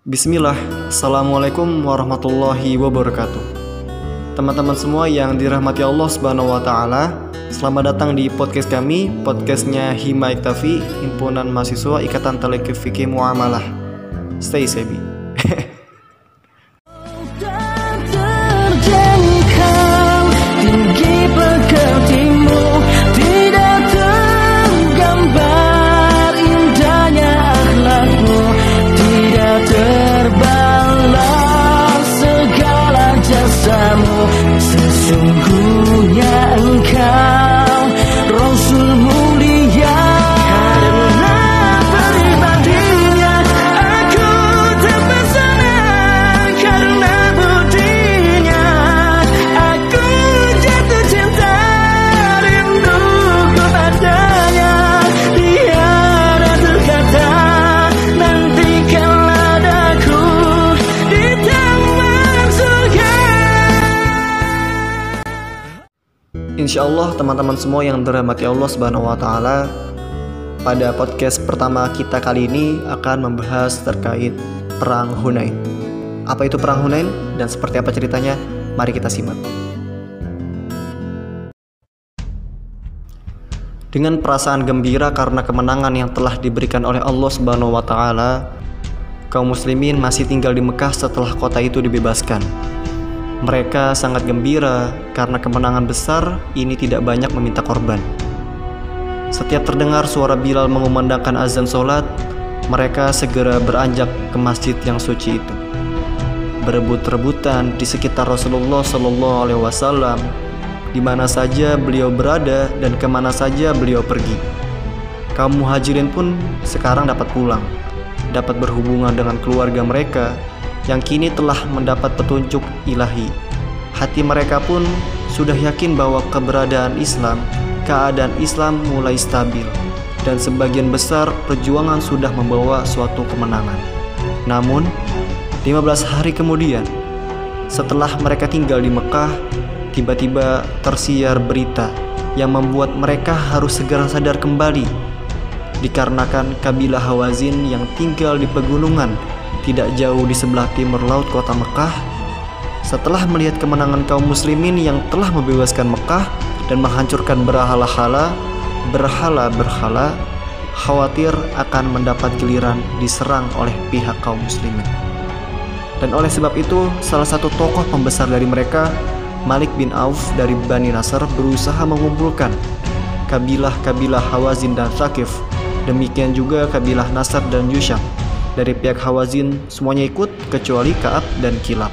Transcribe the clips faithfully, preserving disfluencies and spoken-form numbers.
Bismillah, Assalamualaikum warahmatullahi wabarakatuh. Teman-teman semua yang dirahmati Allah Subhanahu wa Ta'ala, selamat datang di podcast kami, podcastnya Hima Iktafi, Himpunan Mahasiswa Ikatan Talaqi Fikih Muamalah. Stay safe. Sesungguhnya engkau Rasul mulia, karena pribadinya aku terpesona, karena budinya aku jatuh cinta, rindu kepadanya. Tiada terkata nantikanlah daku di taman surga. Insyaallah teman-teman semua yang dirahmati Allah Subhanahu wa Ta'ala, pada podcast pertama kita kali ini akan membahas terkait Perang Hunain. Apa itu Perang Hunain dan seperti apa ceritanya? Mari kita simak. Dengan perasaan gembira karena kemenangan yang telah diberikan oleh Allah Subhanahu wa Ta'ala, kaum muslimin masih tinggal di Mekah setelah kota itu dibebaskan. Mereka sangat gembira karena kemenangan besar ini tidak banyak meminta korban. Setiap terdengar suara Bilal mengumandangkan azan sholat, mereka segera beranjak ke masjid yang suci itu. Berebut-rebutan di sekitar Rasulullah Shallallahu Alaihi Wasallam, di mana saja beliau berada dan kemana saja beliau pergi. Kaum muhajirin pun sekarang dapat pulang, dapat berhubungan dengan keluarga mereka yang kini telah mendapat petunjuk ilahi. Hati mereka pun sudah yakin bahwa keberadaan Islam, keadaan Islam mulai stabil, dan sebagian besar perjuangan sudah membawa suatu kemenangan. Namun, lima belas hari kemudian, setelah mereka tinggal di Mekah, tiba-tiba tersiar berita yang membuat mereka harus segera sadar kembali, dikarenakan kabilah Hawazin yang tinggal di pegunungan tidak jauh di sebelah timur laut kota Mekah, setelah melihat kemenangan kaum muslimin yang telah membebaskan Mekah dan menghancurkan berhala-hala, berhala-berhala, khawatir akan mendapat giliran diserang oleh pihak kaum muslimin. Dan oleh sebab itu, salah satu tokoh pembesar dari mereka, Malik bin Auf dari Bani Nasr, berusaha mengumpulkan kabilah-kabilah Hawazin dan Thaqif, demikian juga kabilah Nasr dan Yusham. Dari pihak Hawazin semuanya ikut kecuali Ka'ab dan Kilab.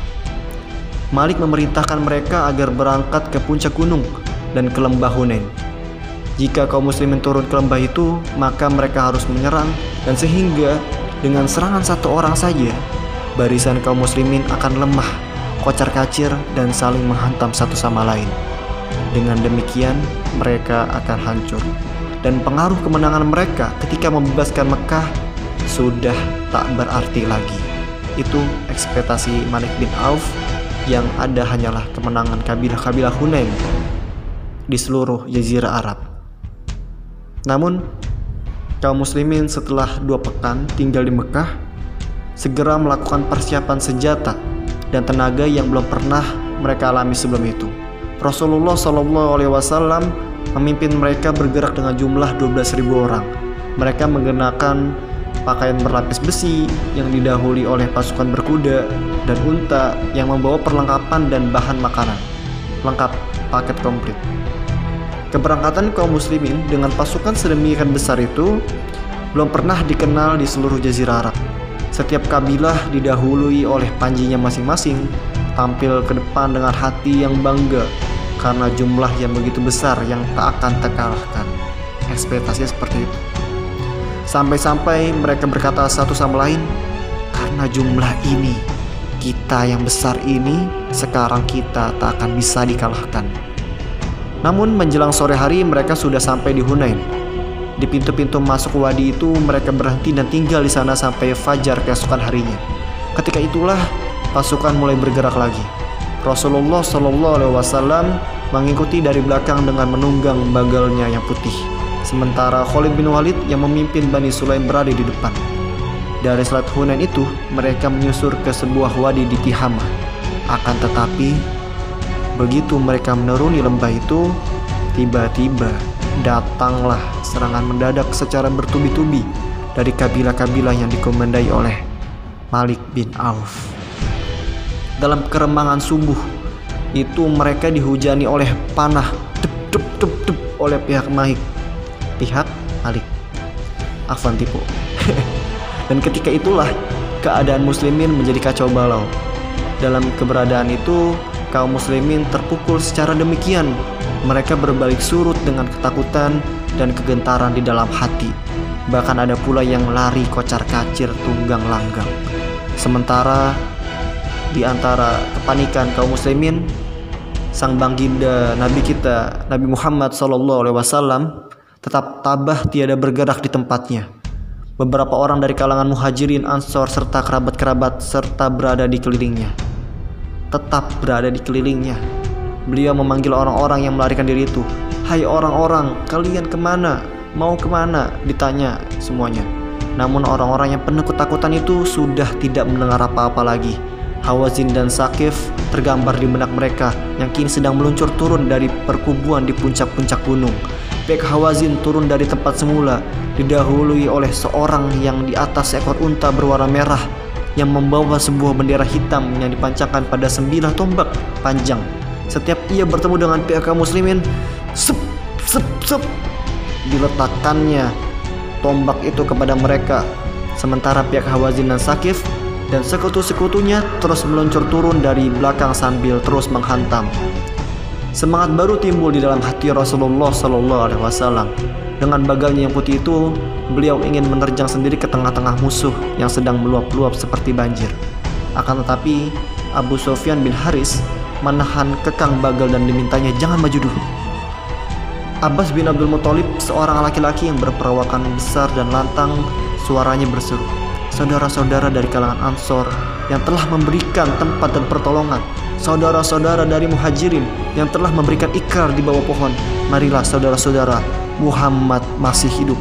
Malik memerintahkan mereka agar berangkat ke puncak gunung dan ke lembah Hunain. Jika kaum muslimin turun ke lembah itu, maka mereka harus menyerang, dan sehingga dengan serangan satu orang saja, barisan kaum muslimin akan lemah, kocar-kacir, dan saling menghantam satu sama lain. Dengan demikian, mereka akan hancur. Dan pengaruh kemenangan mereka ketika membebaskan Mekah sudah tak berarti lagi. Itu ekspektasi Malik bin Auf, yang ada hanyalah kemenangan kabilah-kabilah Hunain di seluruh jazirah Arab. Namun, kaum muslimin setelah dua pekan tinggal di Mekah segera melakukan persiapan senjata dan tenaga yang belum pernah mereka alami sebelum itu. Rasulullah Shallallahu Alaihi Wasallam memimpin mereka bergerak dengan jumlah dua belas ribu orang. Mereka mengenakan pakaian berlapis besi yang didahului oleh pasukan berkuda dan unta yang membawa perlengkapan dan bahan makanan lengkap, paket komplit. Keberangkatan kaum muslimin dengan pasukan sedemikian besar itu belum pernah dikenal di seluruh jazirah Arab. Setiap kabilah didahului oleh panjinya masing-masing, tampil ke depan dengan hati yang bangga karena jumlah yang begitu besar yang tak akan terkalahkan. Ekspektasinya seperti itu. Sampai-sampai mereka berkata satu sama lain, karena jumlah ini, kita yang besar ini, sekarang kita tak akan bisa dikalahkan. Namun menjelang sore hari mereka sudah sampai di Hunain. Di pintu-pintu masuk wadi itu mereka berhenti dan tinggal di sana sampai fajar keesokan harinya. Ketika itulah pasukan mulai bergerak lagi. Rasulullah Shallallahu Alaihi Wasallam mengikuti dari belakang dengan menunggang bagalnya yang putih, sementara Khalid bin Walid yang memimpin Bani Sulaim berada di depan. Dari Selat Hunain itu mereka menyusur ke sebuah wadi di Tihamah. Akan tetapi begitu mereka menuruni lembah itu, tiba-tiba datanglah serangan mendadak secara bertubi-tubi dari kabilah-kabilah yang dikomandai oleh Malik bin Auf. Dalam keremangan subuh itu mereka dihujani oleh panah dep dep dep dep oleh pihak Malik, pihak Malik. Afwan tipu. Dan ketika itulah keadaan muslimin menjadi kacau balau. Dalam keberadaan itu kaum muslimin terpukul secara demikian. Mereka berbalik surut dengan ketakutan dan kegentaran di dalam hati. Bahkan ada pula yang lari kocar-kacir tunggang langgang. Sementara di antara kepanikan kaum muslimin, sang baginda Nabi kita Nabi Muhammad sallallahu alaihi wasallam tetap tabah tiada bergerak di tempatnya. Beberapa orang dari kalangan muhajirin, ansor serta kerabat-kerabat serta berada di kelilingnya. Tetap berada di kelilingnya. Beliau memanggil orang-orang yang melarikan diri itu. Hai orang-orang, kalian kemana? Mau kemana? Ditanya semuanya. Namun orang-orang yang penuh ketakutan itu sudah tidak mendengar apa-apa lagi. Hawazin dan Saqif tergambar di benak mereka yang kini sedang meluncur turun dari perkubuan di puncak-puncak gunung. Pihak Hawazin turun dari tempat semula, didahului oleh seorang yang di atas seekor unta berwarna merah yang membawa sebuah bendera hitam yang dipancangkan pada sembilan tombak panjang. Setiap ia bertemu dengan pihak kaum muslimin, sep sep sep diletakkannya tombak itu kepada mereka. Sementara pihak Hawazin dan Saqif dan sekutu-sekutunya terus meluncur turun dari belakang sambil terus menghantam. Semangat baru timbul di dalam hati Rasulullah sallallahu alaihi wasallam. Dengan bagalnya yang putih itu, beliau ingin menerjang sendiri ke tengah-tengah musuh yang sedang meluap-luap seperti banjir. Akan tetapi Abu Sufyan bin Haris menahan kekang bagal dan dimintanya jangan maju dulu. Abbas bin Abdul Muthalib, seorang laki-laki yang berperawakan besar dan lantang, suaranya berseru, saudara-saudara dari kalangan Ansor yang telah memberikan tempat dan pertolongan, saudara-saudara dari Muhajirin yang telah memberikan ikrar di bawah pohon, marilah saudara-saudara, Muhammad masih hidup.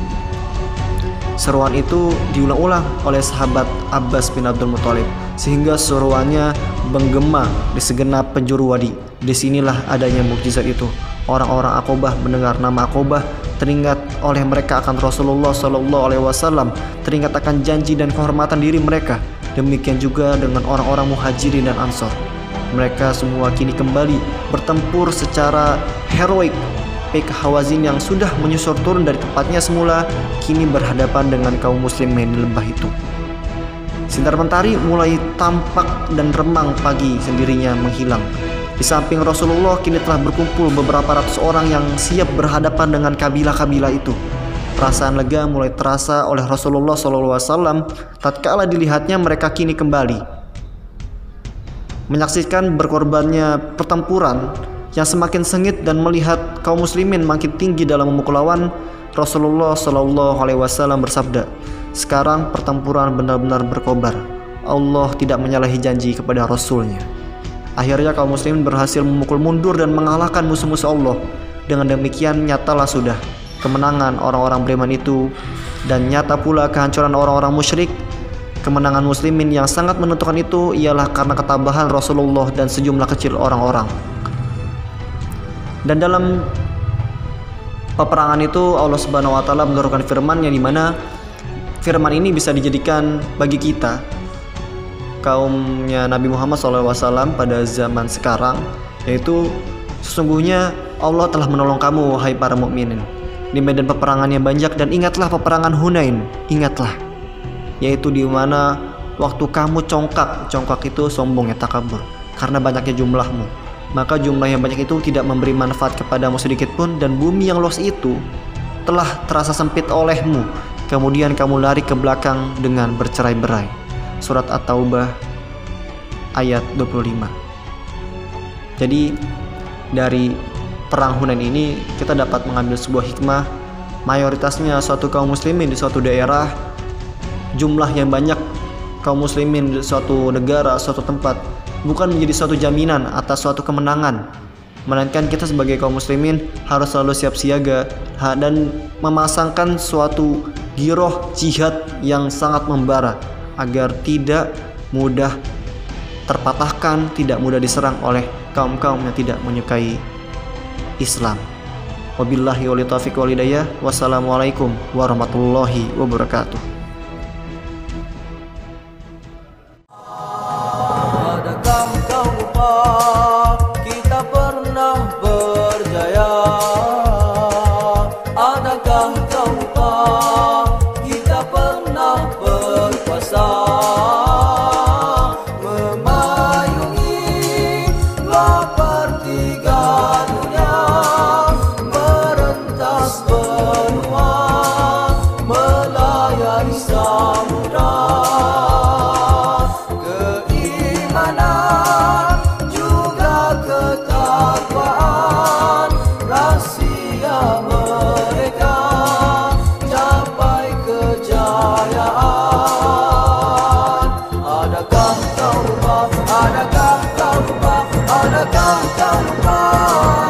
Seruan itu diulang-ulang oleh sahabat Abbas bin Abdul Muthalib sehingga seruannya menggema di segenap penjuru wadi. Disinilah adanya mukjizat itu. Orang-orang Aqobah mendengar nama Aqobah, teringat oleh mereka akan Rasulullah sallallahu alaihi wasallam, teringat akan janji dan kehormatan diri mereka. Demikian juga dengan orang-orang Muhajirin dan Ansor. Mereka semua kini kembali bertempur secara heroik. Pihak Hawazin yang sudah menyusur turun dari tempatnya semula kini berhadapan dengan kaum muslimin di lembah itu. Sinar mentari mulai tampak dan remang pagi sendirinya menghilang. Di samping Rasulullah kini telah berkumpul beberapa ratus orang yang siap berhadapan dengan kabilah-kabilah itu. Perasaan lega mulai terasa oleh Rasulullah shallallahu alaihi wasallam tatkala dilihatnya mereka kini kembali. Menyaksikan berkorbannya pertempuran yang semakin sengit dan melihat kaum muslimin makin tinggi dalam memukul lawan, Rasulullah shallallahu alaihi wasallam bersabda, sekarang pertempuran benar-benar berkobar. Allah tidak menyalahi janji kepada Rasulnya. Akhirnya kaum muslimin berhasil memukul mundur dan mengalahkan musuh-musuh Allah. Dengan demikian nyatalah sudah kemenangan orang-orang beriman itu, dan nyata pula kehancuran orang-orang musyrik. Kemenangan muslimin yang sangat menentukan itu ialah karena ketabahan Rasulullah dan sejumlah kecil orang-orang. Dan dalam peperangan itu Allah Subhanahu wa taala menurunkan firman yang dimana firman ini bisa dijadikan bagi kita kaumnya Nabi Muhammad shallallahu alaihi wasallam pada zaman sekarang, yaitu sesungguhnya Allah telah menolong kamu wahai para mukminin di medan peperangan yang banyak, dan ingatlah peperangan Hunain, ingatlah, yaitu di mana waktu kamu congkak, congkak itu sombong ya, takabur, karena banyaknya jumlahmu, maka jumlah yang banyak itu tidak memberi manfaat kepadamu sedikit pun, dan bumi yang luas itu telah terasa sempit olehmu, kemudian kamu lari ke belakang dengan bercerai-berai. Surat At-Taubah ayat dua puluh lima. Jadi dari perang Hunain ini kita dapat mengambil sebuah hikmah. Mayoritasnya suatu kaum muslimin di suatu daerah, jumlah yang banyak kaum muslimin di suatu negara, suatu tempat, bukan menjadi suatu jaminan atas suatu kemenangan, melainkan kita sebagai kaum muslimin harus selalu siap siaga dan memasangkan suatu giroh jihad yang sangat membara agar tidak mudah terpatahkan, tidak mudah diserang oleh kaum-kaum yang tidak menyukai Islam. Wabillahi wal taufiq wal hidayah. Wassalamualaikum warahmatullahi wabarakatuh. Adakah kau lupa kita pernah berjaya? Adakah kau lupa kita pernah berkuasa, memayungi dua pertiga dunia, merentas benua, melayari samudra. Keimanan juga ketakwaan, rahasia mereka capai kejayaan. Adakah kau lupa? Adakah kau lupa? Adakah kau lupa?